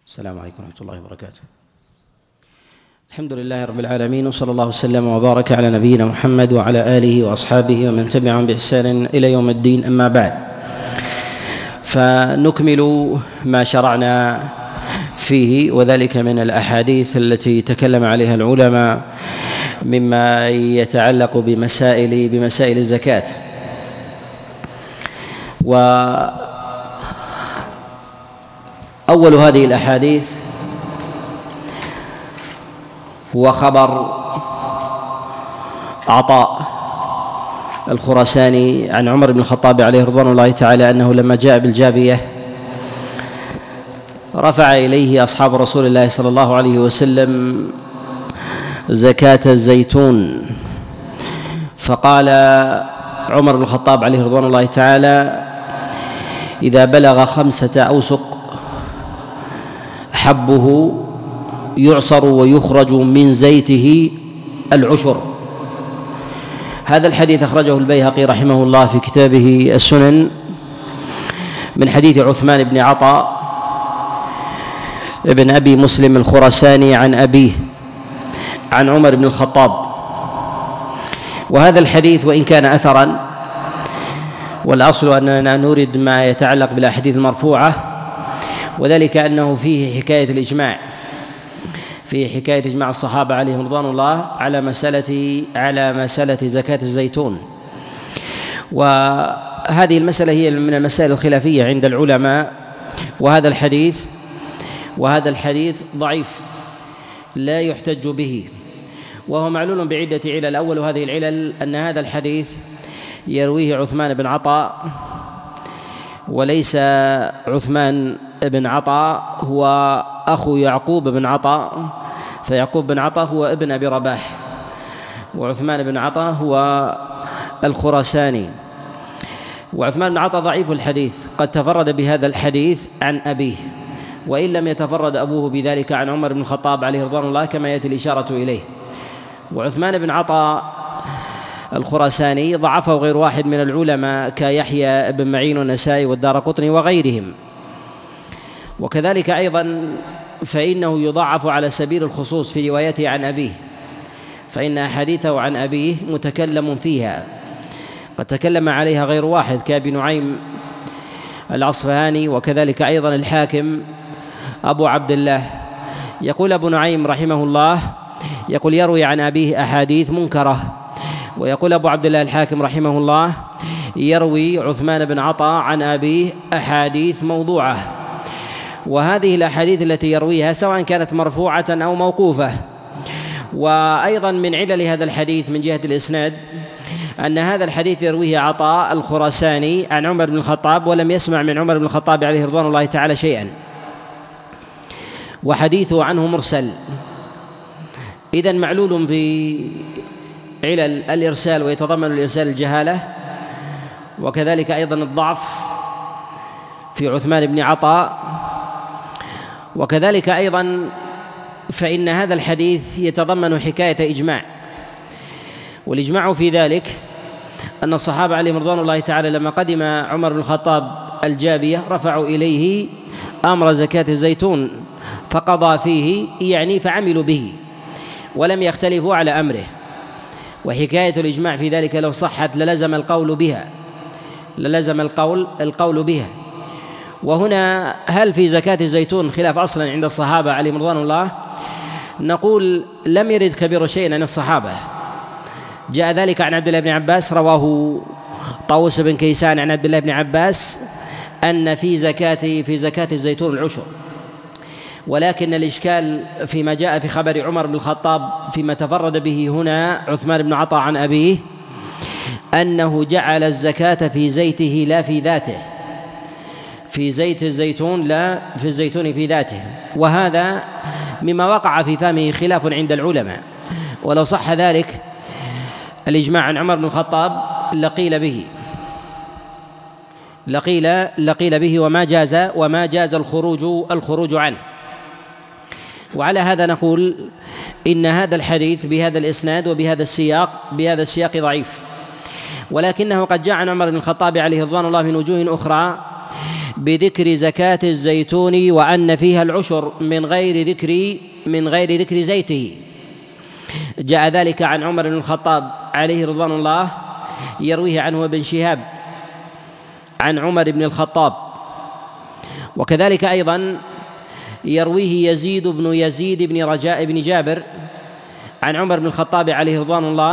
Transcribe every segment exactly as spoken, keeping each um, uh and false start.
السلام عليكم ورحمة الله وبركاته. الحمد لله رب العالمين، وصلى الله وسلم وبارك على نبينا محمد وعلى آله وأصحابه ومن تبعهم بإحسان إلى يوم الدين. أما بعد، فنكمل ما شرعنا فيه، وذلك من الأحاديث التي تكلم عليها العلماء مما يتعلق بمسائل بمسائل الزكاة. وأول هذه الأحاديث هو خبر عطاء الخراساني عن عمر بن الخطاب عليه رضوان الله تعالى أنه لما جاء بالجابية رفع إليه أصحاب رسول الله صلى الله عليه وسلم زكاة الزيتون، فقال عمر بن الخطاب عليه رضوان الله تعالى: إذا بلغ خمسة أوسق حبه يعصر ويخرج من زيته العشر. هذا الحديث أخرجه البيهقي رحمه الله في كتابه السنن من حديث عثمان بن عطاء ابن أبي مسلم الخراساني عن أبيه عن عمر بن الخطاب. وهذا الحديث وإن كان أثرا، والأصل أننا نريد ما يتعلق بالأحاديث المرفوعة، وذلك أنه فيه حكاية الإجماع فيه حكاية إجماع الصحابة عليهم رضوان الله على مسألة على مسألة زكاة الزيتون. وهذه المسألة هي من المسائل الخلافية عند العلماء، وهذا الحديث وهذا الحديث ضعيف لا يحتج به، وهو معلول بعدة علل. أول هذه العلل أن هذا الحديث يرويه عثمان بن عطاء، وليس عثمان بن عطاء هو أخو يعقوب بن عطاء، فيعقوب بن عطاء هو ابن أبي رباح، وعثمان بن عطاء هو الخراساني. وعثمان بن عطاء ضعيف الحديث، قد تفرد بهذا الحديث عن أبيه، وإن لم يتفرد أبوه بذلك عن عمر بن الخطاب عليه رضوان الله كما يأتي الإشارة إليه. وعثمان بن عطاء الخراساني ضعفه غير واحد من العلماء كيحيى بن معين والنسائي والدارقطني وغيرهم. وكذلك أيضا فإنه يضعف على سبيل الخصوص في روايته عن أبيه، فإن أحاديثه عن أبيه متكلم فيها، قد تكلم عليها غير واحد كأبي نعيم الأصفهاني، وكذلك أيضا الحاكم أبو عبد الله. يقول أبو نعيم رحمه الله يقول يروي عن أبيه أحاديث منكرة، ويقول أبو عبد الله الحاكم رحمه الله يروي عثمان بن عطاء عن أبيه أحاديث موضوعة. وهذه الأحاديث التي يرويها سواء كانت مرفوعة أو موقوفة. وأيضا من علل هذا الحديث من جهة الإسناد أن هذا الحديث يرويه عطاء الخراساني عن عمر بن الخطاب، ولم يسمع من عمر بن الخطاب عليه رضوان الله تعالى شيئا، وحديثه عنه مرسل. إذن معلول في علل الإرسال، ويتضمن الإرسال الجهالة، وكذلك أيضا الضعف في عثمان بن عطاء. وكذلك أيضا فإن هذا الحديث يتضمن حكاية إجماع، والإجماع في ذلك أن الصحابة عليهم رضوان الله تعالى لما قدم عمر بن الخطاب الجابية رفعوا إليه أمر زكاة الزيتون فقضى فيه، يعني فعملوا به ولم يختلفوا على أمره. وحكاية الإجماع في ذلك لو صحت للزم القول بها للزم القول القول بها. وهنا هل في زكاة الزيتون خلاف أصلا عند الصحابة عليهم رضوان الله؟ نقول لم يرد كبير شيء عن الصحابة. جاء ذلك عن عبد الله بن عباس، رواه طاووس بن كيسان عن عبد الله بن عباس أن في زكاة في زكاة الزيتون العشر. ولكن الإشكال فيما جاء في خبر عمر بن الخطاب فيما تفرد به هنا عثمان بن عطاء عن أبيه أنه جعل الزكاة في زيته لا في ذاته، في زيت الزيتون لا في الزيتون في ذاته. وهذا مما وقع في فهمه خلاف عند العلماء، ولو صح ذلك الإجماع عن عمر بن الخطاب لقيل به لقيل لقيل به وما جاز وما جاز الخروج الخروج عنه. وعلى هذا نقول إن هذا الحديث بهذا الإسناد وبهذا السياق بهذا السياق ضعيف، ولكنه قد جاء عن عمر بن الخطاب عليه رضوان الله من وجوه أخرى بذكر زكاة الزيتون وأن فيها العشر من غير ذكر من غير ذكر زيته. جاء ذلك عن عمر بن الخطاب عليه رضوان الله، يرويه عنه ابن شهاب عن عمر بن الخطاب، وكذلك أيضا يرويه يزيد بن يزيد بن رجاء بن جابر عن عمر بن الخطاب عليه رضوان الله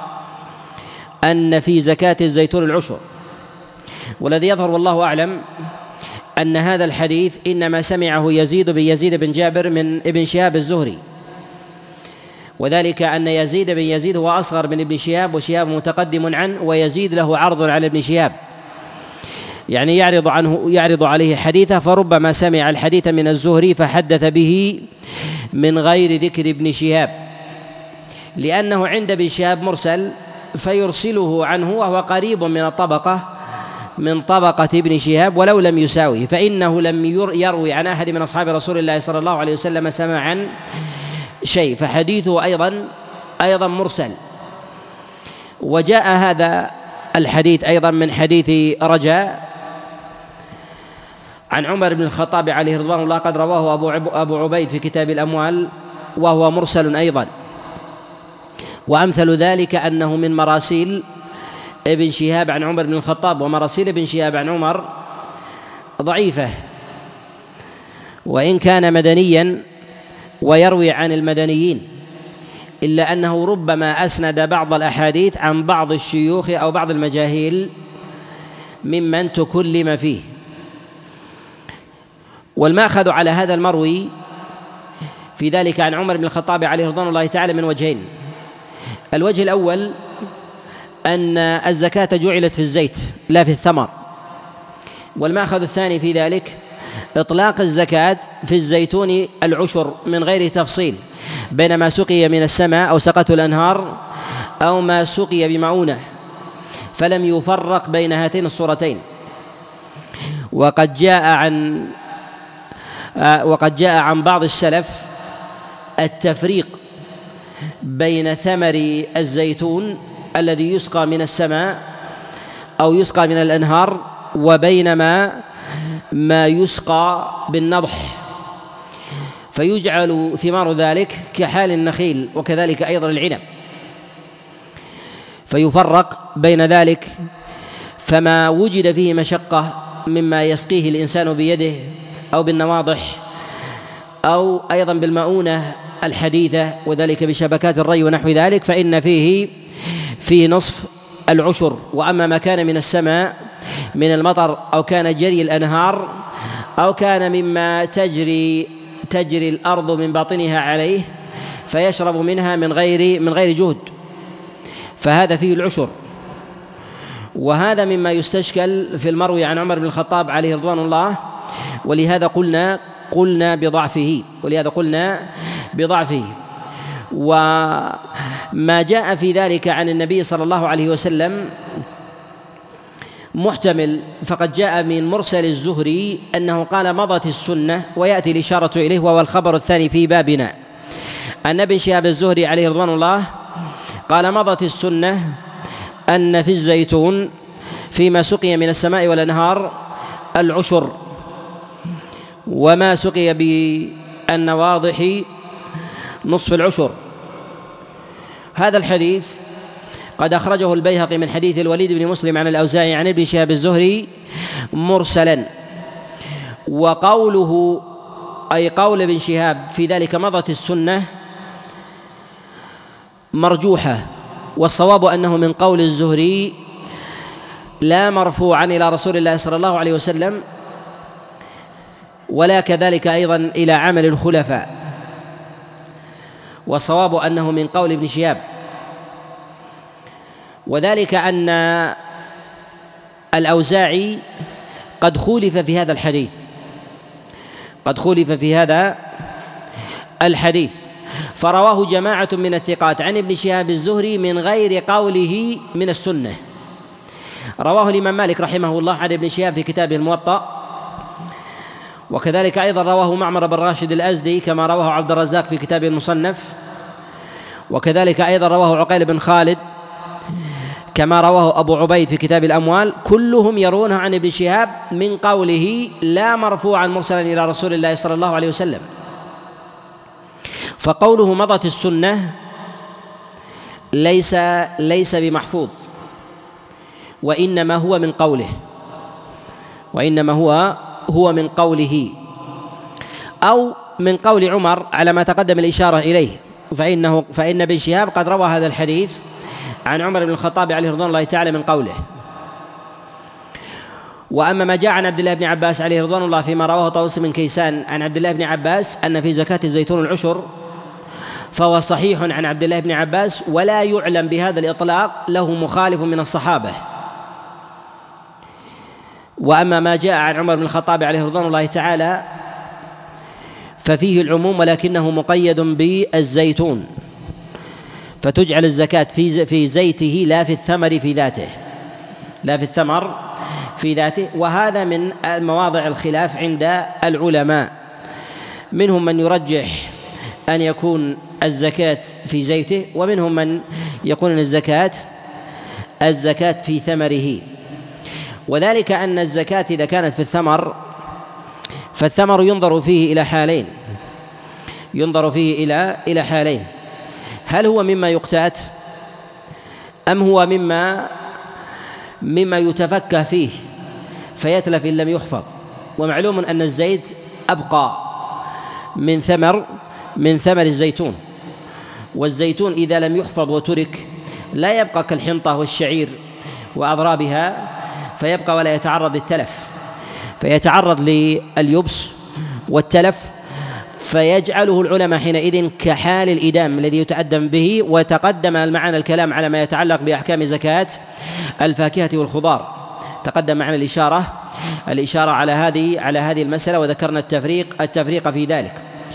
أن في زكاة الزيتون العشر. والذي يظهر والله أعلم أن هذا الحديث إنما سمعه يزيد بن يزيد بن جابر من ابن شهاب الزهري، وذلك أن يزيد بن يزيد هو أصغر من ابن شهاب، وشهاب متقدم عنه، ويزيد له عرض على ابن شهاب، يعني يعرض عنه يعرض عليه حديثه، فربما سمع الحديث من الزهري فحدث به من غير ذكر ابن شهاب، لأنه عند ابن شهاب مرسل فيرسله عنه وهو قريب من الطبقة من طبقة ابن شهاب ولو لم يساويه، فإنه لم يروي عن أحد من أصحاب رسول الله صلى الله عليه وسلم سماعا شيء، فحديثه أيضا أيضا مرسل. وجاء هذا الحديث أيضا من حديث رجاء عن عمر بن الخطاب عليه رضوان الله، قد رواه أبو أبو عبيد في كتاب الأموال وهو مرسل أيضا. وأمثل ذلك أنه من مراسيل ابن شهاب عن عمر بن الخطاب، ومراسيل ابن شهاب عن عمر ضعيفة، وإن كان مدنيا ويروي عن المدنيين، إلا أنه ربما أسند بعض الأحاديث عن بعض الشيوخ أو بعض المجاهيل ممن تكلم فيه. والمأخذ على هذا المروي في ذلك عن عمر بن الخطاب عليه رضوان الله تعالى من وجهين. الوجه الأول أن الزكاة جعلت في الزيت لا في الثمر، والمأخذ الثاني في ذلك إطلاق الزكاة في الزيتون العشر من غير تفصيل بين ما سقي من السماء أو سقته الأنهار أو ما سقي بمعونة، فلم يفرق بين هاتين الصورتين. وقد جاء عن وقد جاء عن بعض السلف التفريق بين ثمر الزيتون الذي يسقى من السماء أو يسقى من الأنهار وبينما ما يسقى بالنضح، فيجعل ثمار ذلك كحال النخيل وكذلك أيضا العنب، فيفرق بين ذلك. فما وجد فيه مشقة مما يسقيه الإنسان بيده أو بالنواضح أو أيضا بالمؤونة الحديثة، وذلك بشبكات الري ونحو ذلك، فإن فيه في نصف العشر. وأما ما كان من السماء من المطر أو كان جري الأنهار أو كان مما تجري تجري الأرض من باطنها عليه فيشرب منها من غير من غير جهد، فهذا فيه العشر. وهذا مما يستشكل في المروي عن عمر بن الخطاب عليه رضوان الله، ولهذا قلنا قلنا بضعفه ولهذا قلنا بضعفه. وما جاء في ذلك عن النبي صلى الله عليه وسلم محتمل، فقد جاء من مرسل الزهري أنه قال مضت السنة، ويأتي الإشارة إليه وهو الخبر الثاني في بابنا، أن ابن شهاب الزهري عليه رضوان الله قال مضت السنة أن في الزيتون فيما سقي من السماء والأنهار العشر، وما سقي بالنواضح نصف العشر. هذا الحديث قد أخرجه البيهقي من حديث الوليد بن مسلم عن الأوزاعي عن ابن شهاب الزهري مرسلا. وقوله أي قول ابن شهاب في ذلك مضت السنة مرجوحة، والصواب أنه من قول الزهري لا مرفوعا إلى رسول الله صلى الله عليه وسلم ولا كذلك أيضا إلى عمل الخلفاء، والصواب أنه من قول ابن شهاب. وذلك أن الأوزاعي قد خولف في هذا الحديث قد خولف في هذا الحديث فرواه جماعة من الثقات عن ابن شهاب الزهري من غير قوله من السنة. رواه الإمام مالك رحمه الله عن ابن شهاب في كتابه الموطأ، وكذلك أيضا رواه معمر بن راشد الأزدي كما رواه عبد الرزاق في كتابه المصنف، وكذلك أيضا رواه عقيل بن خالد كما رواه أبو عبيد في كتاب الأموال كلهم يرونه عن ابن شهاب من قوله لا مرفوعا مرسلا إلى رسول الله صلى الله عليه وسلم. فقوله مضت السنة ليس ليس بمحفوظ، وإنما هو من قوله وإنما هو هو من قوله أو من قول عمر على ما تقدم الإشارة إليه، فإنه فإن ابن شهاب قد روى هذا الحديث عن عمر بن الخطاب عليه رضوان الله تعالى من قوله. وأما ما جاء عن عبد الله بن عباس عليه رضوان الله فيما رواه طاووس بن كيسان عن عبد الله بن عباس أن في زكاة الزيتون العشر، فهو صحيح عن عبد الله بن عباس ولا يعلم بهذا الإطلاق له مخالف من الصحابة. وأما ما جاء عن عمر بن الخطاب عليه رضوان الله تعالى ففيه العموم ولكنه مقيد بالزيتون، فتجعل الزكاة في في زيته لا في الثمر في ذاته لا في الثمر في ذاته. وهذا من مواضع الخلاف عند العلماء، منهم من يرجح أن يكون الزكاة في زيته، ومنهم من يكون أن الزكاة الزكاة في ثمره. وذلك أن الزكاة إذا كانت في الثمر فالثمر ينظر فيه إلى حالين ينظر فيه إلى إلى حالين هل هو مما يقتات أم هو مما مما يتفكه فيه فيتلف إن لم يحفظ. ومعلوم أن الزيت أبقى من ثمر من ثمر الزيتون، والزيتون إذا لم يحفظ وترك لا يبقى كالحنطة والشعير وأضرابها، فيبقى ولا يتعرض للتلف، فيتعرض لليبس والتلف، فيجعله العلماء حينئذ كحال الإدام الذي يتأدم به. وتقدم معنا الكلام على ما يتعلق بأحكام زكاة الفاكهة والخضار، تقدم معنا الإشارة الإشارة على هذه على هذه المسألة، وذكرنا التفريق التفريق في ذلك.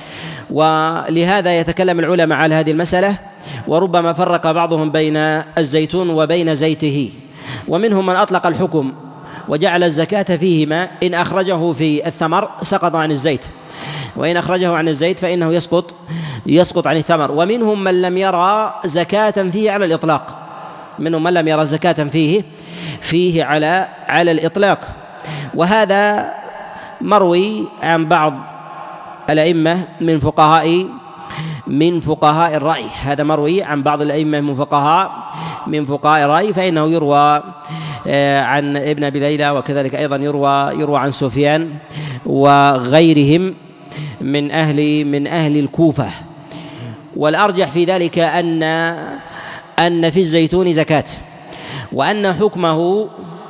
ولهذا يتكلم العلماء على هذه المسألة، وربما فرق بعضهم بين الزيتون وبين زيته، ومنهم من أطلق الحكم وجعل الزكاة فيهما، إن أخرجه في الثمر سقط عن الزيت، وإن أخرجه عن الزيت فإنه يسقط يسقط عن الثمر. ومنهم من لم يرى زكاة فيه على الإطلاق منهم من لم يرى زكاة فيه فيه على على الإطلاق. وهذا مروي عن بعض الأئمة من فقهاء من فقهاء الرأي هذا مروي عن بعض الأئمة من فقهاء من فقهاء الرأي فإنه يروى عن ابن أبي ليلى، وكذلك أيضا يروى يروى عن سفيان وغيرهم من أهل من أهل الكوفة. والأرجح في ذلك أن أن في الزيتون زكاة، وأن حكمه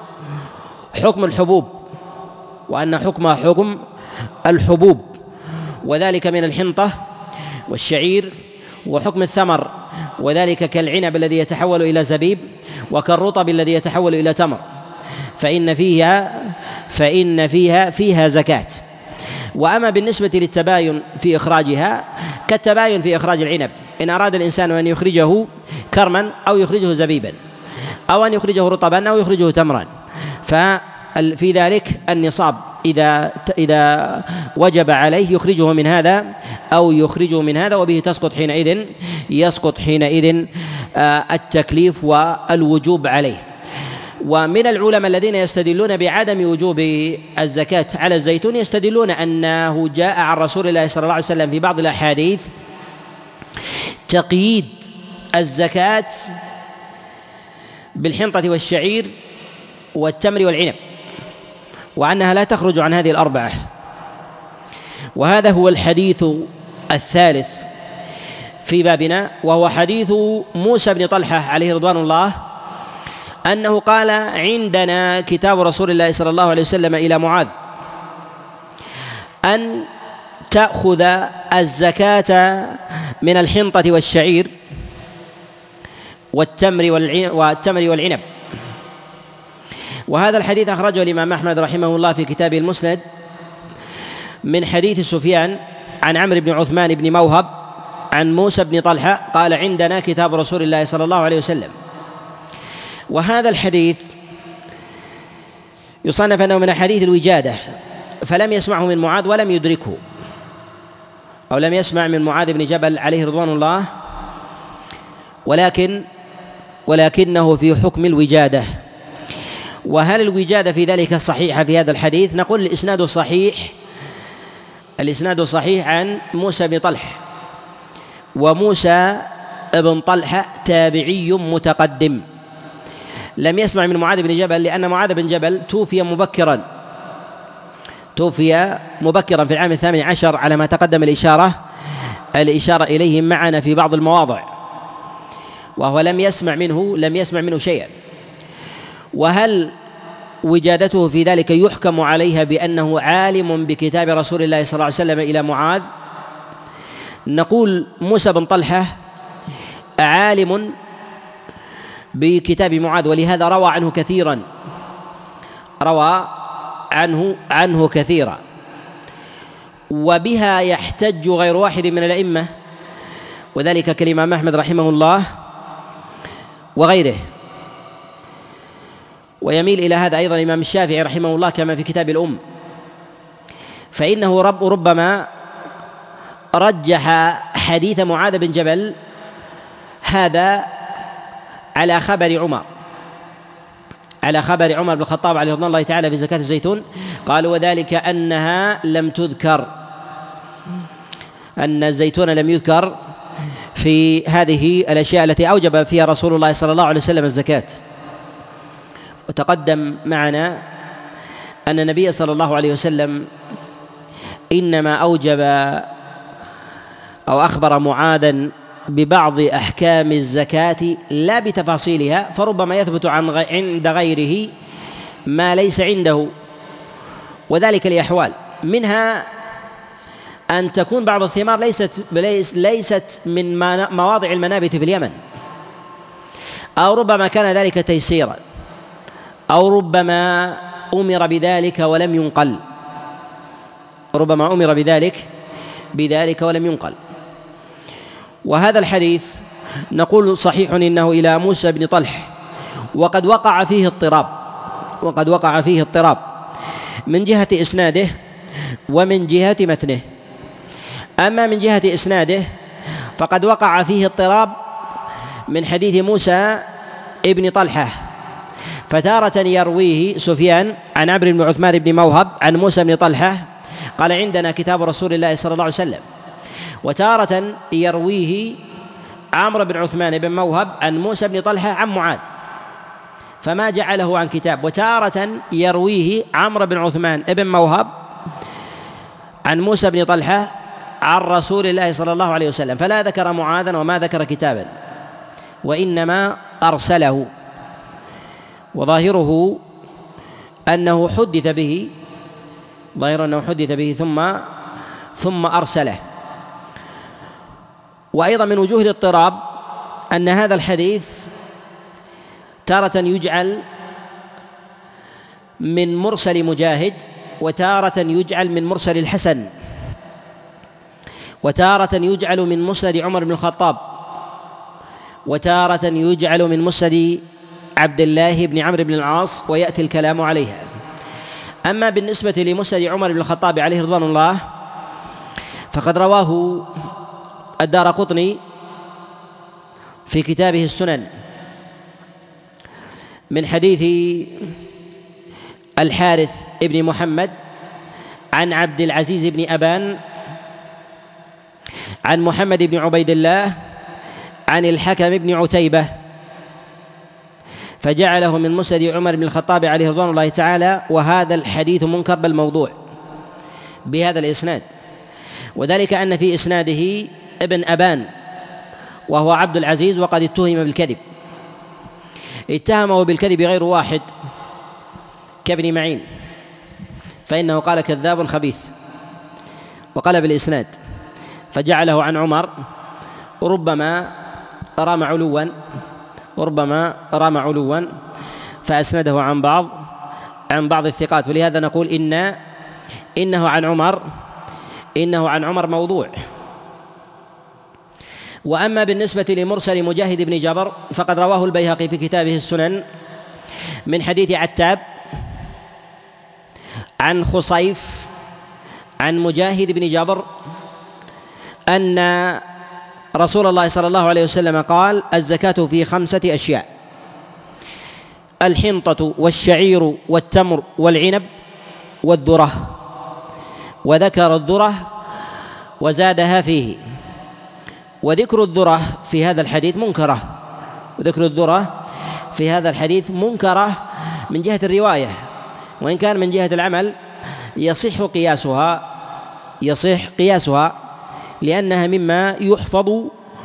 حكم الحبوب وأن حكمه حكم الحبوب وذلك من الحنطة والشعير، وحكم الثمر وذلك كالعنب الذي يتحول إلى زبيب، وكالرطب الذي يتحول إلى تمر، فإن فيها فإن فيها فيها زكاة. وأما بالنسبة للتباين في إخراجها كالتباين في إخراج العنب، إن أراد الإنسان أن يخرجه كرما أو يخرجه زبيبا أو أن يخرجه رطبا أو يخرجه تمرا، ففي ذلك النصاب إذا إذا وجب عليه يخرجه من هذا أو يخرجه من هذا، وبه تسقط حينئذ يسقط حينئذ التكليف والوجوب عليه. ومن العلماء الذين يستدلون بعدم وجوب الزكاة على الزيتون يستدلون أنه جاء عن رسول الله صلى الله عليه وسلم في بعض الأحاديث تقييد الزكاة بالحنطة والشعير والتمر والعنب، وأنها لا تخرج عن هذه الأربعة. وهذا هو الحديث الثالث في بابنا، وهو حديث موسى بن طلحة عليه رضوان الله أنه قال عندنا كتاب رسول الله صلى الله عليه وسلم إلى معاذ أن تأخذ الزكاة من الحنطة والشعير والتمر والتمر والعنب. وهذا الحديث أخرجه الإمام أحمد رحمه الله في كتابه المسند من حديث سفيان عن عمرو بن عثمان بن موهب عن موسى بن طلحة قال عندنا كتاب رسول الله صلى الله عليه وسلم. وهذا الحديث يصنف أنه من حديث الوجادة، فلم يسمعه من معاذ ولم يدركه، أو لم يسمع من معاذ بن جبل عليه رضوان الله، ولكن ولكنه في حكم الوجادة. وهل الوجادة في ذلك صحيحة في هذا الحديث؟ نقول الإسناد صحيح، الإسناد صحيح عن موسى بن طلحة، وموسى بن طلحة تابعي متقدم لم يسمع من معاذ بن جبل، لأن معاذ بن جبل توفي مبكرا توفي مبكرا في العام الثامن عشر على ما تقدم الإشارة الإشارة إليه معنا في بعض المواضع، وهو لم يسمع منه لم يسمع منه شيئا. وهل وجادته في ذلك يحكم عليها بأنه عالم بكتاب رسول الله صلى الله عليه وسلم إلى معاذ؟ نقول موسى بن طلحة عالم بكتاب معاذ، ولهذا روى عنه كثيرا روى عنه عنه كثيرا وبها يحتج غير واحد من الأئمة، وذلك كالإمام أحمد رحمه الله وغيره. ويميل إلى هذا أيضا الإمام الشافعي رحمه الله كما في كتاب الأم، فإنه رب ربما رجح حديث معاذ بن جبل هذا على خبر عمر على خبر عمر بن الخطاب عليه رضوان الله تعالى في زكاة الزيتون. قالوا وذلك أنها لم تذكر أن الزيتون لم يذكر في هذه الأشياء التي أوجب فيها رسول الله صلى الله عليه وسلم الزكاة. وتقدم معنا أن النبي صلى الله عليه وسلم إنما أوجب أو أخبر معاذا ببعض أحكام الزكاة لا بتفاصيلها، فربما يثبت عن عند غيره ما ليس عنده، وذلك لأحوال، منها أن تكون بعض الثمار ليست ليست من مواضع المنابت في اليمن، أو ربما كان ذلك تيسيرا، أو ربما أمر بذلك ولم ينقل ربما أمر بذلك بذلك ولم ينقل. وهذا الحديث نقول صحيح إنه إلى موسى بن طلحة، وقد وقع فيه اضطراب وقد وقع فيه اضطراب من جهة إسناده ومن جهة متنه. أما من جهة إسناده فقد وقع فيه اضطراب من حديث موسى ابن طلحة، فتارة يرويه سفيان عن عمرو بن عثمان بن موهب عن موسى بن طلحة قال عندنا كتاب رسول الله صلى الله عليه وسلم، وتارة يرويه عمرو بن عثمان بن موهب عن موسى بن طلحة عن معاذ، فما جعله عن كتاب. وتارة يرويه عمرو بن عثمان بن موهب عن موسى بن طلحة عن رسول الله صلى الله عليه وسلم، فلا ذكر معاذا وما ذكر كتابا، وإنما أرسله. وظاهره أنه حدث به ظاهر أنه حدث به ثم ثم أرسله. وأيضا من وجوه الاضطراب أن هذا الحديث تارة يجعل من مرسل مجاهد، وتارة يجعل من مرسل الحسن، وتارة يجعل من مسند عمر بن الخطاب، وتارة يجعل من مسند عبد الله بن عمرو بن العاص، ويأتي الكلام عليها. أما بالنسبة لمسند عمر بن الخطاب عليه رضوان الله فقد رواه الدارقطني في كتابه السنن من حديث الحارث ابن محمد عن عبد العزيز بن أبان عن محمد بن عبيد الله عن الحكم بن عتيبة، فجعله من مسند عمر بن الخطاب عليه رضوان الله تعالى، وهذا الحديث منكر بل موضوع بهذا الإسناد، وذلك أن في إسناده ابن أبان وهو عبد العزيز، وقد اتهم بالكذب، اتهمه بالكذب غير واحد كابن معين، فإنه قال كذاب خبيث وقلب الإسناد، فجعله عن عمر، ربما رام علوا وربما رام علوا فأسنده عن بعض عن بعض الثقات. ولهذا نقول إن إنه عن عمر إنه عن عمر موضوع. وأما بالنسبة لمرسل مجاهد بن جبر فقد رواه البيهقي في كتابه السنن من حديث عتاب عن خصيف عن مجاهد بن جبر أن رسول الله صلى الله عليه وسلم قال: الزكاة في خمسة أشياء. الحنطة والشعير والتمر والعنب والذرة، وذكر الذرة وزادها فيه. وذكر الذرة في هذا الحديث منكرة وذكر الذرة في هذا الحديث منكرة من جهة الرواية، وإن كان من جهة العمل يصح قياسها يصح قياسها لأنها مما يحفظ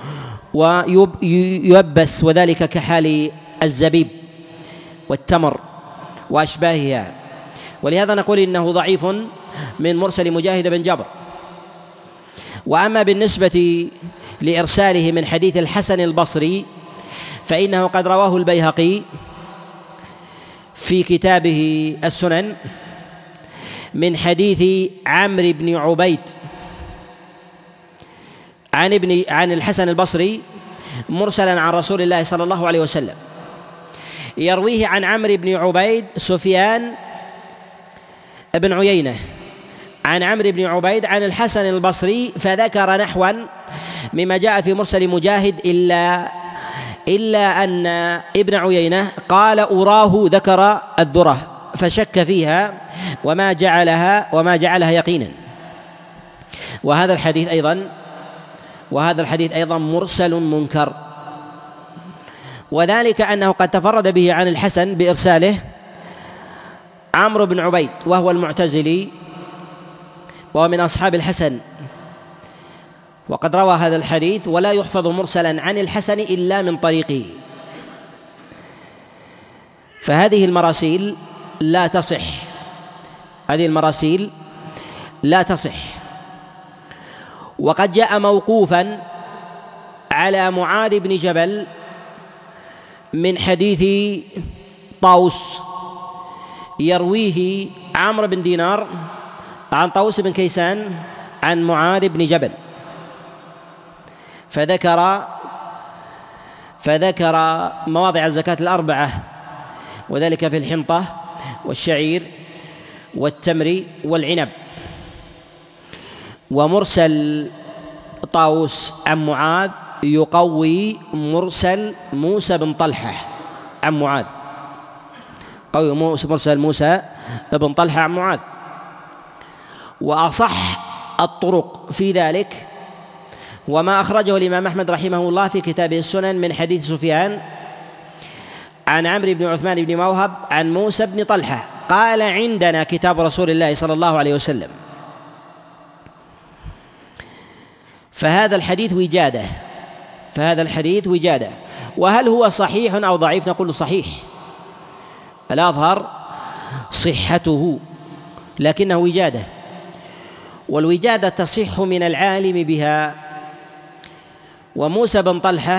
ويبس، وذلك كحال الزبيب والتمر وأشباهها. ولهذا نقول إنه ضعيف من مرسل مجاهد بن جبر. وأما بالنسبة لإرساله من حديث الحسن البصري فإنه قد رواه البيهقي في كتابه السنن من حديث عمرو بن عبيد عن ابن عن الحسن البصري مرسلا عن رسول الله صلى الله عليه وسلم، يرويه عن عمرو بن عبيد سفيان بن عيينة عن عمرو بن عبيد عن الحسن البصري، فذكر نحوا مما جاء في مرسل مجاهد إلا إلا أن ابن عيينة قال أراه ذكر الذرة فشك فيها وما جعلها وما جعلها يقينا. وهذا الحديث أيضا وهذا الحديث أيضا مرسل منكر، وذلك أنه قد تفرد به عن الحسن بإرساله عمرو بن عبيد وهو المعتزلي وهو من أصحاب الحسن، وقد روى هذا الحديث ولا يحفظ مرسلا عن الحسن إلا من طريقه. فهذه المراسيل لا تصح هذه المراسيل لا تصح وقد جاء موقوفا على معاذ بن جبل من حديث طاووس يرويه عمرو بن دينار عن طاووس بن كيسان عن معاذ بن جبل، فذكر فذكر مواضع الزكاة الأربعة، وذلك في الحنطة والشعير والتمر والعنب. ومرسل طاووس عن معاذ يقوي مرسل موسى بن طلحة عن معاذ قوي مرسل موسى بن طلحة عن معاذ. وأصح الطرق في ذلك وما أخرجه الإمام أحمد رحمه الله في كتابه السنن من حديث سفيان عن عمرو بن عثمان بن موهب عن موسى بن طلحة قال عندنا كتاب رسول الله صلى الله عليه وسلم. فهذا الحديث وجادة فهذا الحديث وجادة وهل هو صحيح أو ضعيف؟ نقول صحيح، الأظهر صحته لكنه وجادة، والوجادة تصح من العالم بها. وموسى بن طلحة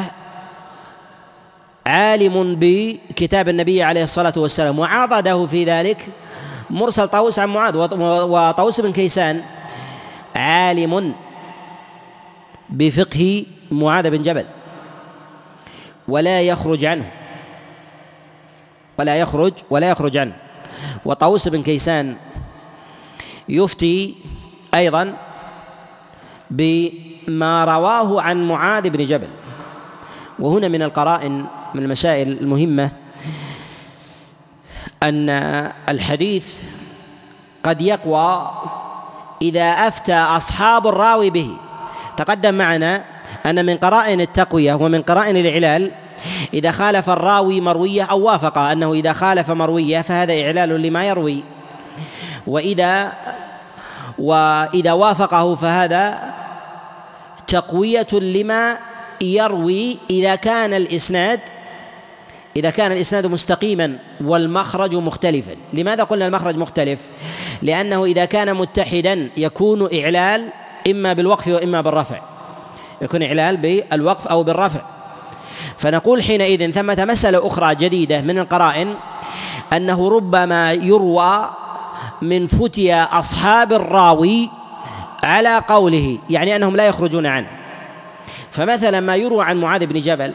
عالم بكتاب النبي عليه الصلاة والسلام، وعضده في ذلك مرسل طاووس عن معاذ. وطاووس بن كيسان عالم بفقه معاذ بن جبل ولا يخرج عنه ولا يخرج ولا يخرج عنه وطاووس بن كيسان يفتي أيضا بما رواه عن معاذ بن جبل. وهنا من القرائن من المسائل المهمة أن الحديث قد يقوى إذا أفتى أصحاب الراوي به. تقدم معنا أن من قرائن التقوية ومن قرائن الإعلال إذا خالف الراوي مروية أو وافق، أنه إذا خالف مروية فهذا إعلال لما يروي، وإذا وإذا وافقه فهذا تقوية لما يروي إذا كان الإسناد إذا كان الإسناد مستقيما والمخرج مختلفا. لماذا قلنا المخرج مختلف؟ لأنه إذا كان متحدا يكون إعلال إما بالوقف وإما بالرفع، يكون إعلال بالوقف أو بالرفع. فنقول حينئذ ثمة مسألة أخرى جديدة من القرائن أنه ربما يروى من فتيا أصحاب الراوي على قوله، يعني أنهم لا يخرجون عنه. فمثلا ما يروى عن معاذ بن جبل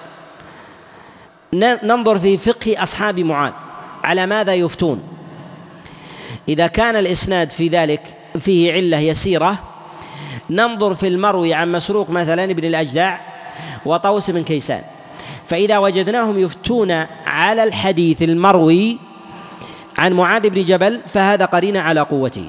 ننظر في فقه أصحاب معاذ على ماذا يفتون. إذا كان الإسناد في ذلك فيه علة يسيرة ننظر في المروي عن مسروق مثلا ابن الأجدع وطاووس بن كيسان، فإذا وجدناهم يفتون على الحديث المروي عن معاذ بن جبل فهذا قرين على قوته.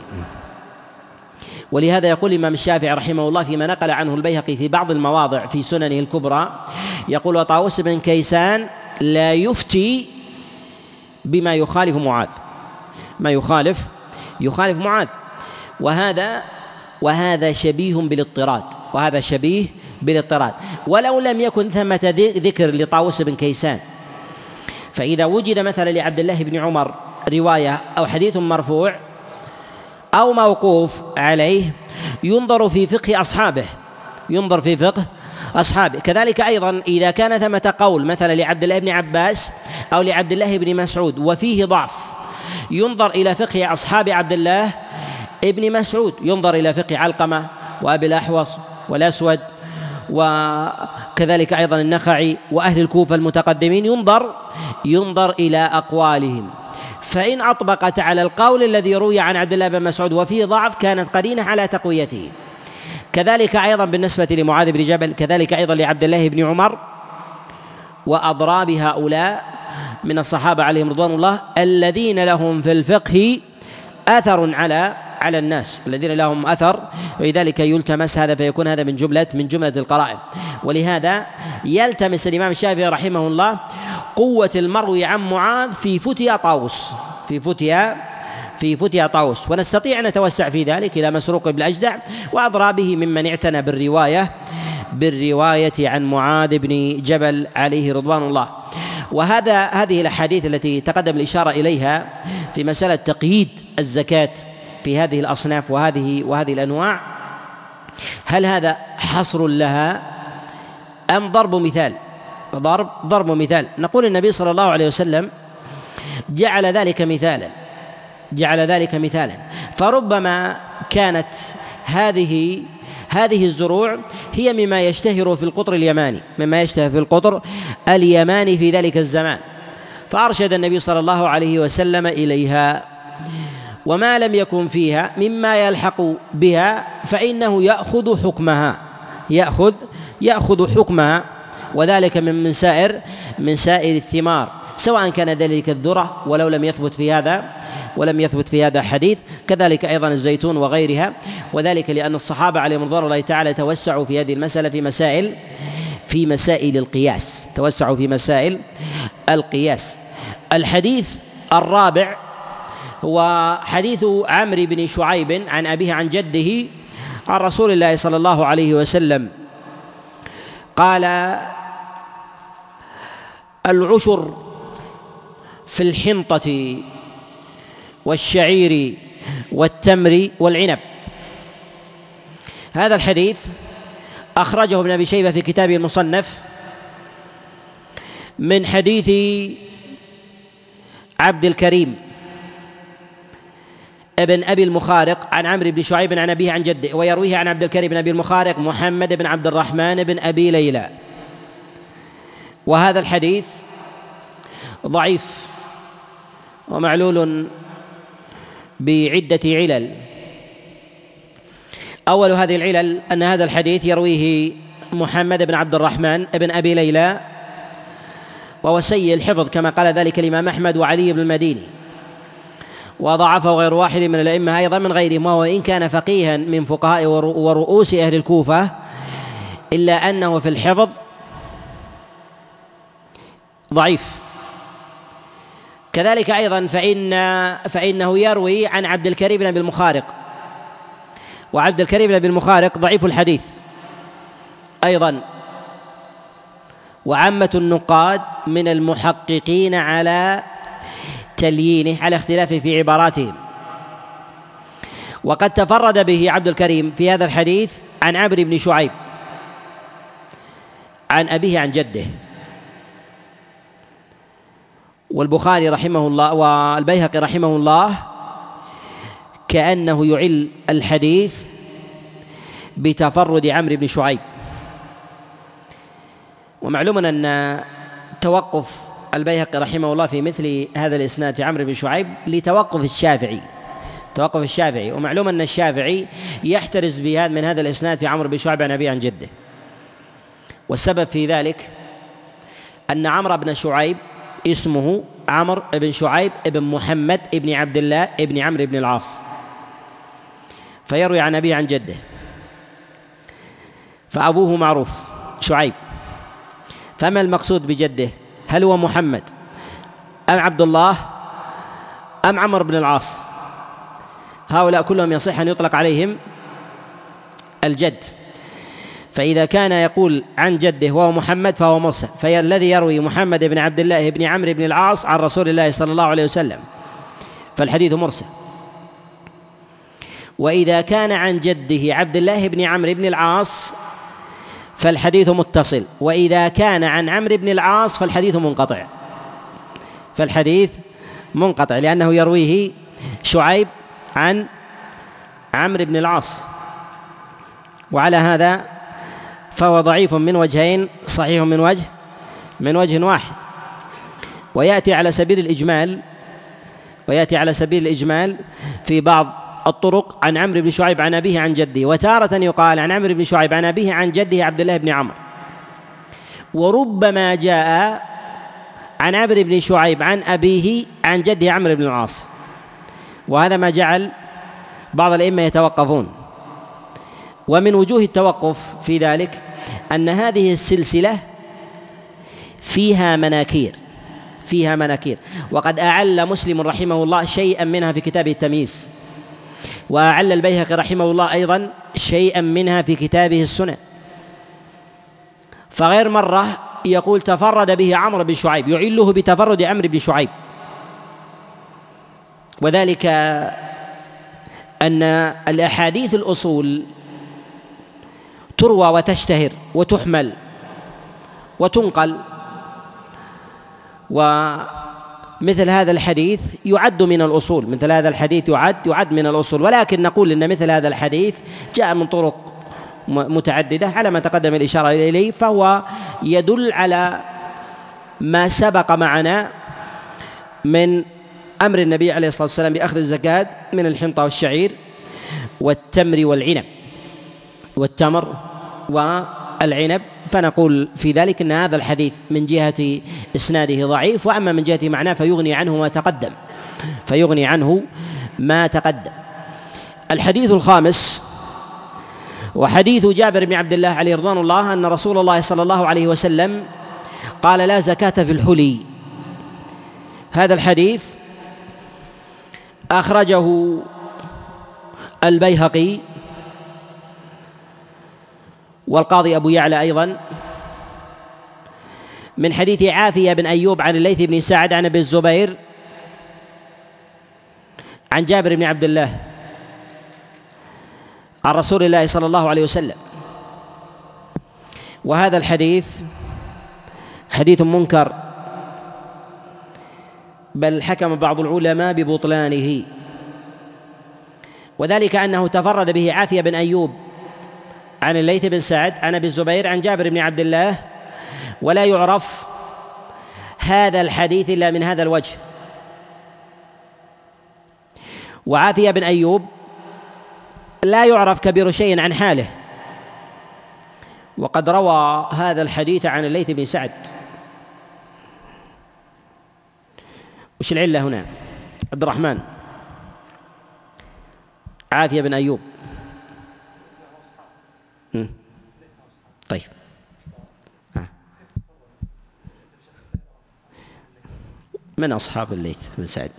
ولهذا يقول الإمام الشافعي رحمه الله فيما نقل عنه البيهقي في بعض المواضع في سننه الكبرى، يقول: وطاووس بن كيسان لا يفتي بما يخالف معاذ، ما يخالف يخالف معاذ. وهذا وهذا شبيه بالاضطراد، وهذا شبيه بالاضطراد. ولو لم يكن ثمة ذكر لطاووس بن كيسان، فإذا وجد مثلا لعبد الله بن عمر رواية أو حديث مرفوع أو موقوف عليه ينظر في فقه أصحابه، ينظر في فقه أصحابه. كذلك أيضا إذا كان ثمة قول مثلا لعبد الله بن عباس أو لعبد الله بن مسعود وفيه ضعف، ينظر إلى فقه أصحاب عبد الله ابن مسعود، ينظر إلى فقه علقمة وأبي الأحوص والأسود وكذلك أيضا النخعي وأهل الكوفة المتقدمين، ينظر ينظر إلى أقوالهم. فإن أطبقت على القول الذي روي عن عبد الله بن مسعود وفيه ضعف كانت قرينة على تقويته. كذلك أيضا بالنسبة لمعاذ بن جبل، كذلك أيضا لعبد الله بن عمر وأضراب هؤلاء من الصحابة عليهم رضوان الله الذين لهم في الفقه أثر على على الناس، الذين لهم أثر، ولذلك يلتمس هذا فيكون هذا من جملة من جملة القرائن. ولهذا يلتمس الإمام الشافعي رحمه الله قوة المروي عن معاذ في فتيا طاووس، في فتيا في فتيا طاووس، ونستطيع أن نتوسع في ذلك إلى مسروق بن الأجدع وأضرابه ممن اعتنى بالرواية بالرواية عن معاذ بن جبل عليه رضوان الله. وهذا هذه الأحاديث التي تقدم الإشارة إليها في مسألة تقييد الزكاة في هذه الأصناف وهذه وهذه الأنواع، هل هذا حصر لها أم ضرب مثال؟ ضرب ضرب مثال. نقول النبي صلى الله عليه وسلم جعل ذلك مثالا جعل ذلك مثالا فربما كانت هذه هذه الزروع هي مما يشتهر في القطر اليماني مما يشتهر في القطر اليماني في ذلك الزمان، فأرشد النبي صلى الله عليه وسلم إليها. وما لم يكن فيها مما يلحق بها فإنه يأخذ حكمها يأخذ يأخذ حكمها وذلك من من سائر من سائر الثمار، سواء كان ذلك الذرة ولو لم يثبت في هذا ولم يثبت في هذا حديث، كذلك أيضا الزيتون وغيرها. وذلك لأن الصحابة عليهم رضوان الله تعالى توسعوا في هذه المسألة في مسائل في مسائل القياس توسعوا في مسائل القياس. الحديث الرابع هو حديث عمرو بن شعيب عن أبيه عن جده عن رسول الله صلى الله عليه وسلم قال: العشر في الحنطة والشعير والتمر والعنب. هذا الحديث أخرجه ابن أبي شيبة في كتابه المصنف من حديث عبد الكريم ابن أبي المخارق عن عمرو بن شعيب عن أبيه عن جده، ويرويه عن عبد الكريم بن أبي المخارق محمد بن عبد الرحمن بن أبي ليلى. وهذا الحديث ضعيف ومعلول بعدة علل. أول هذه العلل أن هذا الحديث يرويه محمد بن عبد الرحمن بن أبي ليلى وهو سيء الحفظ كما قال ذلك الإمام أحمد وعلي بن المديني، وضعفه غير واحد من الأئمة أيضا من غيرهم، وهو إن كان فقيها من فقهاء ورؤوس أهل الكوفة إلا أنه في الحفظ ضعيف. كذلك أيضا فإن فإنه يروي عن عبد الكريم بن أبي المخارق، وعبد الكريم بن أبي المخارق ضعيف الحديث أيضا. وعامة النقاد من المحققين على تليينه على اختلافه في عباراتهم. وقد تفرد به عبد الكريم في هذا الحديث عن عمرو بن شعيب عن أبيه عن جده. والبخاري رحمه الله والبيهقي رحمه الله كأنه يعل الحديث بتفرد عمرو بن شعيب. ومعلوم أن توقف البيهقي رحمه الله في مثل هذا الإسناد في عمرو بن شعيب لتوقف الشافعي توقف الشافعي ومعلوم أن الشافعي يحترز بهذا من هذا الإسناد في عمرو بن شعيب عن أبيه عن جده. والسبب في ذلك أن عمرو بن شعيب اسمه عمرو بن شعيب بن محمد بن عبد الله بن عمرو بن العاص، فيروي عن أبيه عن جده، فأبوه معروف شعيب، فما المقصود بجده؟ هل هو محمد أم عبد الله أم عمرو بن العاص؟ هؤلاء كلهم يصح أن يطلق عليهم الجد، فإذا كان يقول عن جده وهو محمد فهو مرسل، فالذي يروي محمد بن عبد الله بن عمرو بن العاص عن رسول الله صلى الله عليه وسلم فالحديث مرسل. وإذا كان عن جده عبد الله بن عمرو بن العاص فالحديث متصل، وإذا كان عن عمرو بن العاص فالحديث منقطع، فالحديث منقطع لأنه يرويه شعيب عن عمرو بن العاص، وعلى هذا فهو ضعيف من وجهين صحيح من وجه من وجه واحد. ويأتي على سبيل الإجمال ويأتي على سبيل الإجمال في بعض الطرق عن عمرو بن شعيب عن أبيه عن جده، وتارة يقال عن عمرو بن شعيب عن أبيه عن جده عبد الله بن عمرو، وربما جاء عن عمرو بن شعيب عن أبيه عن جده عمرو بن العاص، وهذا ما جعل بعض الأئمة يتوقفون. ومن وجوه التوقف في ذلك أن هذه السلسلة فيها مناكير فيها مناكير وقد أعل مسلم رحمه الله شيئا منها في كتابه التمييز، وأعل البيهقي رحمه الله أيضا شيئا منها في كتابه السنن، فغير مرة يقول تفرد به عمرو بن شعيب، يعله بتفرد عمرو بن شعيب، وذلك أن الأحاديث الأصول تروى وتشتهر وتحمل وتنقل، ومثل هذا الحديث يعد من الأصول مثل هذا الحديث يعد يعد من الأصول ولكن نقول إن مثل هذا الحديث جاء من طرق متعددة على ما تقدم الإشارة إليه، فهو يدل على ما سبق معنا من أمر النبي عليه الصلاة والسلام بأخذ الزكاة من الحنطة والشعير والتمر والعنب والتمر والعنب، فنقول في ذلك أن هذا الحديث من جهة إسناده ضعيف، وأما من جهة معناه فيغني عنه ما تقدم فيغني عنه ما تقدم. الحديث الخامس وحديث جابر بن عبد الله عليه رضوان الله أن رسول الله صلى الله عليه وسلم قال لا زكاة في الحلي. هذا الحديث أخرجه البيهقي والقاضي أبو يعلى أيضا من حديث عافية بن أيوب عن الليث بن سعد عن أبي الزبير عن جابر بن عبد الله عن رسول الله صلى الله عليه وسلم. وهذا الحديث حديث منكر، بل حكم بعض العلماء ببطلانه، وذلك أنه تفرد به عافية بن أيوب عن الليث بن سعد عن أبي الزبير عن جابر بن عبد الله، ولا يعرف هذا الحديث إلا من هذا الوجه. وعافية بن أيوب لا يعرف كبير شيء عن حاله، وقد روى هذا الحديث عن الليث بن سعد. وش العلة هنا؟ عبد الرحمن، عافية بن أيوب. م. طيب آه. من أصحاب الليث بن سعد؟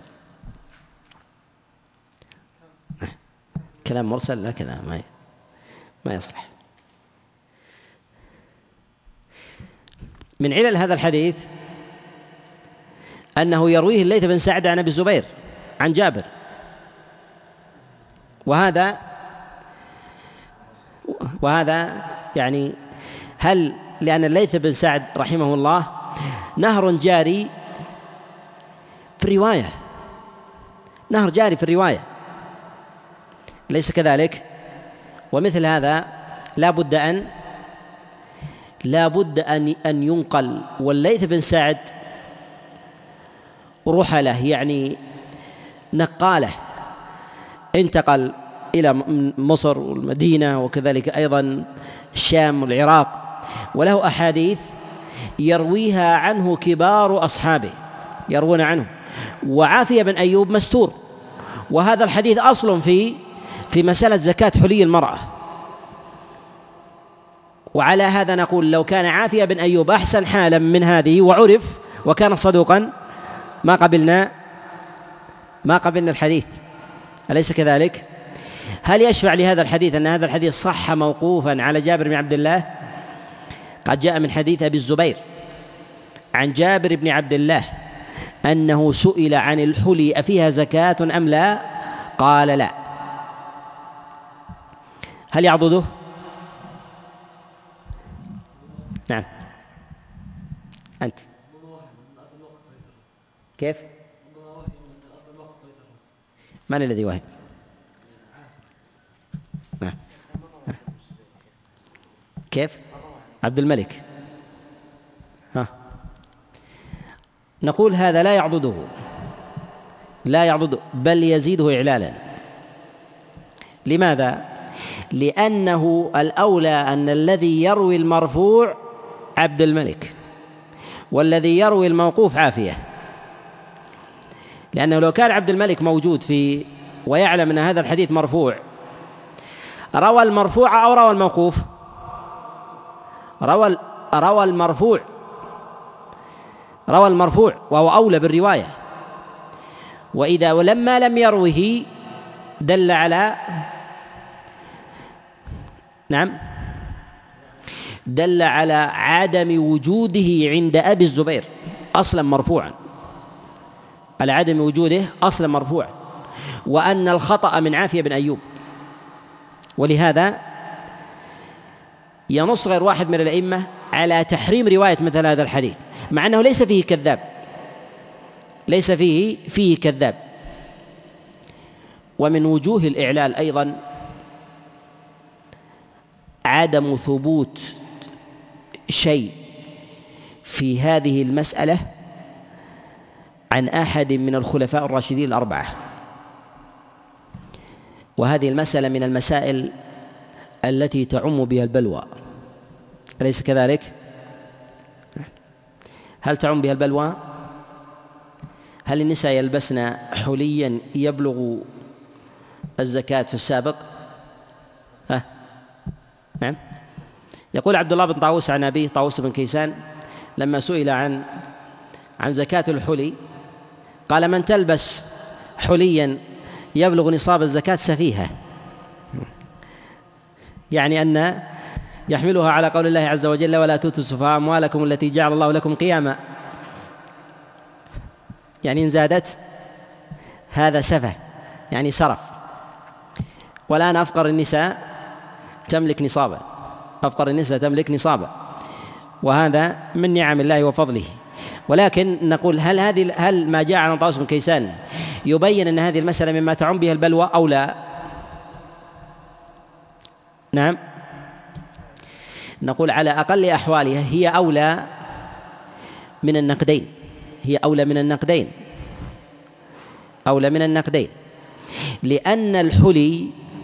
آه. كلام مرسل لا كذا ما ما يصلح. من علل هذا الحديث أنه يرويه الليث بن سعد عن أبي الزبير عن جابر، وهذا وهذا يعني هل لأن الليث بن سعد رحمه الله نهر جاري في الرواية نهر جاري في الرواية ليس كذلك؟ ومثل هذا لا بد أن لا بد أن أن ينقل، والليث بن سعد رحله يعني نقاله، انتقل إلى مصر والمدينة وكذلك أيضا الشام والعراق، وله أحاديث يرويها عنه كبار أصحابه يروون عنه، وعافية بن أيوب مستور، وهذا الحديث أصل في في مسألة زكاة حلي المرأة. وعلى هذا نقول لو كان عافية بن أيوب أحسن حالا من هذه وعرف وكان صدوقا ما قبلنا ما قبلنا الحديث، أليس كذلك؟ هل يشفع لهذا الحديث أن هذا الحديث صح موقوفا على جابر بن عبد الله؟ قد جاء من حديث أبي الزبير عن جابر بن عبد الله أنه سئل عن الحلي أفيها زكاة أم لا؟ قال لا. هل يعضده؟ نعم. أنت كيف؟ من الذي وهم؟ نعم. كيف؟ عبد الملك. ها. نقول هذا لا يعضده لا يعضده بل يزيده إعلالا. لماذا؟ لأنه الأولى أن الذي يروي المرفوع عبد الملك والذي يروي الموقوف عافية، لأنه لو كان عبد الملك موجود في ويعلم أن هذا الحديث مرفوع روى المرفوع أو روى الموقوف؟ روى روى المرفوع روى المرفوع وهو أولى بالرواية، وإذا ولما لم يروه دل على نعم دل على عدم وجوده عند أبي الزبير أصلا مرفوعا، على عدم وجوده أصلا مرفوعا، وأن الخطأ من عافية بن أيوب. ولهذا ينص غير واحد من الأئمة على تحريم رواية مثل هذا الحديث، مع أنه ليس فيه كذاب ليس فيه فيه كذاب. ومن وجوه الإعلال أيضا عدم ثبوت شيء في هذه المسألة عن أحد من الخلفاء الراشدين الأربعة، وهذه المسألة من المسائل التي تعم بها البلوى، أليس كذلك؟ هل تعم بها البلوى؟ هل النساء يلبسن حليا يبلغ الزكاة في السابق؟ ها؟ نعم. يقول عبد الله بن طاووس عن أبيه طاووس بن كيسان لما سئل عن عن زكاة الحلي قال: من تلبس حليا يبلغ نصاب الزكاة سفيهة، يعني أن يحملها على قول الله عز وجل: ولا تؤتوا السفهاء أموالكم التي جعل الله لكم قياما، يعني إن زادت هذا سفه، يعني سرف. والآن أفقر النساء تملك نصابا أفقر النساء تملك نصابا وهذا من نعم الله وفضله. ولكن نقول هل هذه هل ما جاء عن طاووس بن كيسان يبين أن هذه المسألة مما تعم بها البلوى أو لا؟ نعم. نقول على أقل أحوالها هي أولى من النقدين هي أولى من النقدين أولى من النقدين لأن الحلي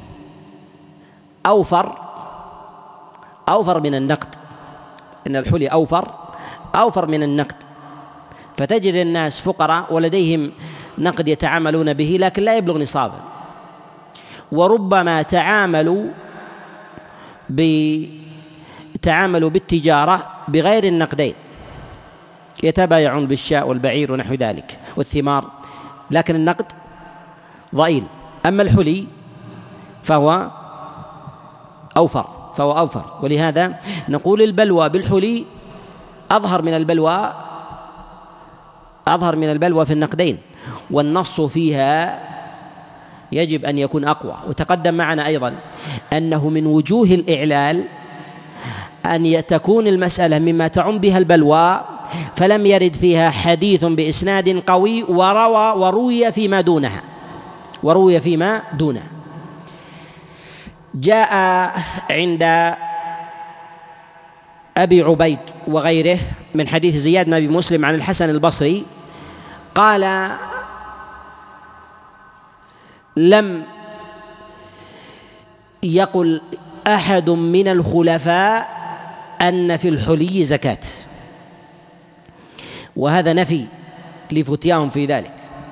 أوفر أوفر من النقد إن الحلي أوفر أوفر من النقد، فتجد الناس فقراء ولديهم نقد يتعاملون به لكن لا يبلغ نصابا، وربما تعاملوا تعاملوا بالتجارة بغير النقدين، يتبايعون بالشاء والبعير ونحو ذلك والثمار، لكن النقد ضئيل. أما الحلي فهو أوفر فهو أوفر ولهذا نقول البلوى بالحلي أظهر من البلوى أظهر من البلوى في النقدين، والنص فيها يجب أن يكون أقوى. وتقدم معنا أيضا أنه من وجوه الإعلال أن تكون المسألة مما تعم بها البلوى فلم يرد فيها حديث بإسناد قوي وروى وروي فيما دونها وروي فيما دونها. جاء عند أبي عبيد وغيره من حديث زياد بن أبي مسلم عن الحسن البصري قال: لم يقل أحد من الخلفاء أن في الحلي زكاة وهذا نفي لفتياهم في ذلك.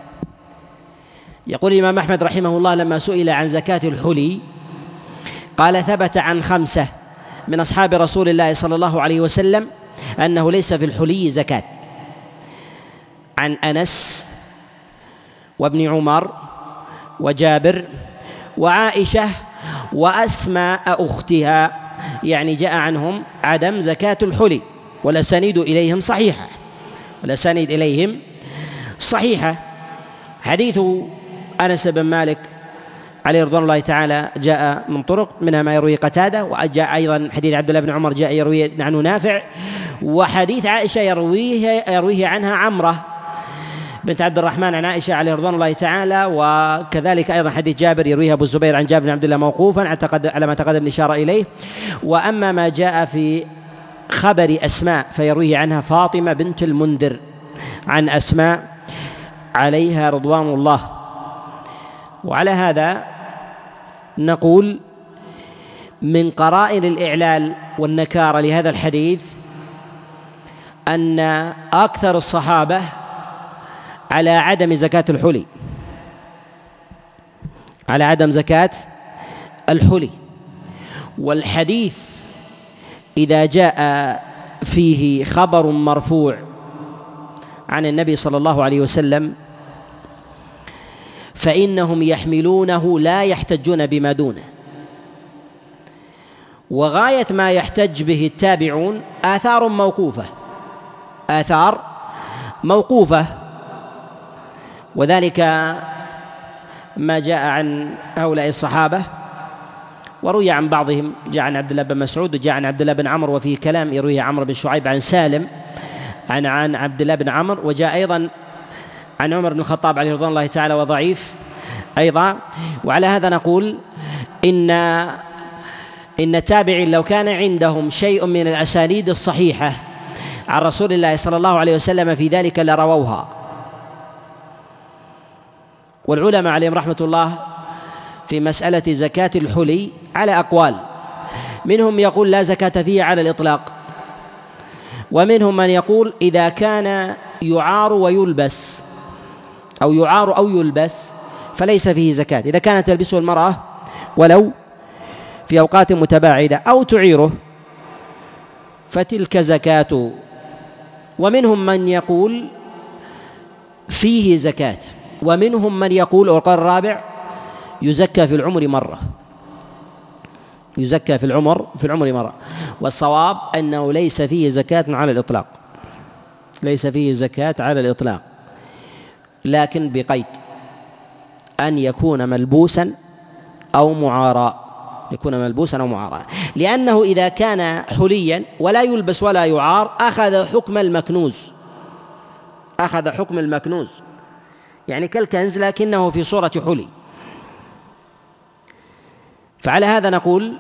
يقول الإمام أحمد رحمه الله لما سئل عن زكاة الحلي قال ثبت عن خمسة من أصحاب رسول الله صلى الله عليه وسلم أنه ليس في الحلي زكاة، عن أنس وابن عمر وجابر وعائشة وأسماء أختها، يعني جاء عنهم عدم زكاة الحلي، والأسانيد إليهم صحيحة والأسانيد إليهم صحيحة. حديث أنس بن مالك عليه رضوان الله تعالى جاء من طرق، منها ما يروي قتادة، وجاء أيضا حديث عبد الله بن عمر جاء يروي عنه نافع، وحديث عائشة يرويه يرويه عنها عمرة بنت عبد الرحمن عن عائشة عليه رضوان الله تعالى، وكذلك أيضا حديث جابر يرويه أبو الزبير عن جابر بن عبد الله موقوفا على ما تقدم الإشارة إليه. وأما ما جاء في خبر أسماء فيرويه عنها فاطمة بنت المنذر عن أسماء عليها رضوان الله. وعلى هذا نقول من قرائن الإعلال والنكارة لهذا الحديث أن أكثر الصحابة على عدم زكاة الحلي، على عدم زكاة الحلي. والحديث إذا جاء فيه خبر مرفوع عن النبي صلى الله عليه وسلم فإنهم يحملونه لا يحتجون بما دونه، وغاية ما يحتج به التابعون آثار موقوفة آثار موقوفة وذلك ما جاء عن هؤلاء الصحابة، وروي عن بعضهم جاء عن عبد الله بن مسعود وجاء عن عبد الله بن عمرو، وفيه كلام يرويه عمرو بن شعيب عن سالم عن عن عبد الله بن عمرو، وجاء أيضا عن عمر بن الخطاب عليه رضوان الله تعالى وضعيف أيضا. وعلى هذا نقول إن إن التابعين لو كان عندهم شيء من الأسانيد الصحيحة عن رسول الله صلى الله عليه وسلم في ذلك لرووها. والعلماء عليهم رحمة الله في مسألة زكاة الحلي على أقوال، منهم يقول لا زكاة فيه على الإطلاق، ومنهم من يقول إذا كان يعار ويلبس أو يعار أو يلبس فليس فيه زكاة، إذا كانت تلبسه المرأة ولو في أوقات متباعدة أو تعيره فتلك زكاة. ومنهم من يقول فيه زكاة، ومنهم من يقول والقول الرابع يزكى في العمر مرة يزكى في العمر في العمر مرة والصواب أنه ليس فيه زكاة على الإطلاق ليس فيه زكاة على الإطلاق لكن بقيد أن يكون ملبوسا أو معارا يكون ملبوسا أو معارا لأنه إذا كان حليا ولا يلبس ولا يعار أخذ حكم المكنوز أخذ حكم المكنوز يعني كالكنز لكنه في صورة حلي. فعلى هذا نقول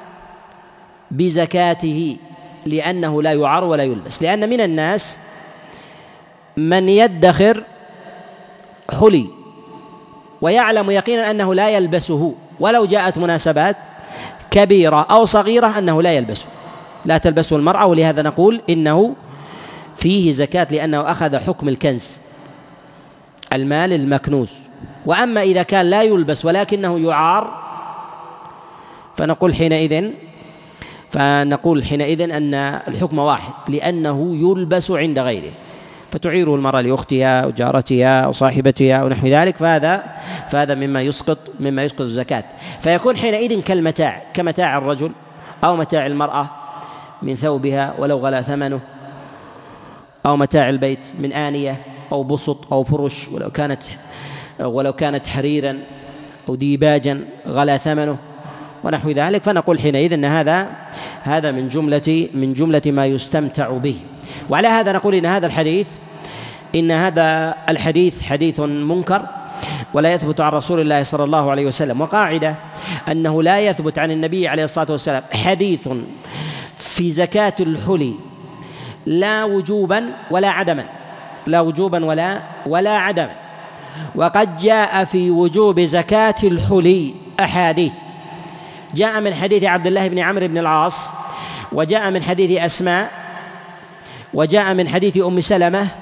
بزكاته لأنه لا يعار ولا يلبس، لأن من الناس من يدخر حلي ويعلم يقينا أنه لا يلبسه ولو جاءت مناسبات كبيرة أو صغيرة أنه لا يلبسه لا تلبسه المرأة، ولهذا نقول إنه فيه زكاة لأنه أخذ حكم الكنز المال المكنوز. وأما إذا كان لا يلبس ولكنه يعار فنقول حينئذ فنقول حينئذ أن الحكم واحد لأنه يلبس عند غيره، فتعيره المرأة لأختها وجارتها وصاحبتها ونحو ذلك، فهذا فهذا مما يسقط مما يسقط الزكاة، فيكون حينئذ كالمتاع كمتاع الرجل أو متاع المرأة من ثوبها ولو غلا ثمنه، أو متاع البيت من آنية أو بسط أو فرش ولو كانت ولو كانت حريرا أو ديباجا غلا ثمنه ونحو ذلك. فنقول حينئذ أن هذا هذا من جملة من جملة ما يستمتع به. وعلى هذا نقول إن هذا الحديث إن هذا الحديث حديث منكر ولا يثبت عن رسول الله صلى الله عليه وسلم. وقاعدة أنه لا يثبت عن النبي عليه الصلاة والسلام حديث في زكاة الحلي لا وجوبا ولا عدما لا وجوبا ولا ولا عدما. وقد جاء في وجوب زكاة الحلي أحاديث، جاء من حديث عبد الله بن عمرو بن العاص، وجاء من حديث أسماء، وجاء من حديث أم سلمة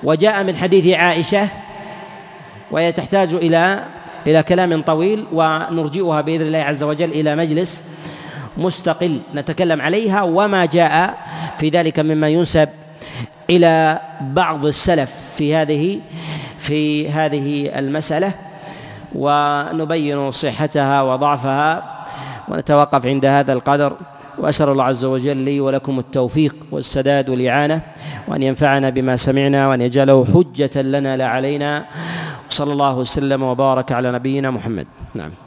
وجاء من حديث عائشة وهي تحتاج إلى إلى كلام طويل، ونرجئها بإذن الله عز وجل إلى مجلس مستقل نتكلم عليها، وما جاء في ذلك مما ينسب إلى بعض السلف في هذه في هذه المسألة، ونبين صحتها وضعفها، ونتوقف عند هذا القدر. وأسأل الله عز وجل لي ولكم التوفيق والسداد والإعانة، وأن ينفعنا بما سمعنا، وأن يجعله حجة لنا لا علينا. وصلى الله وسلم وبارك على نبينا محمد. نعم.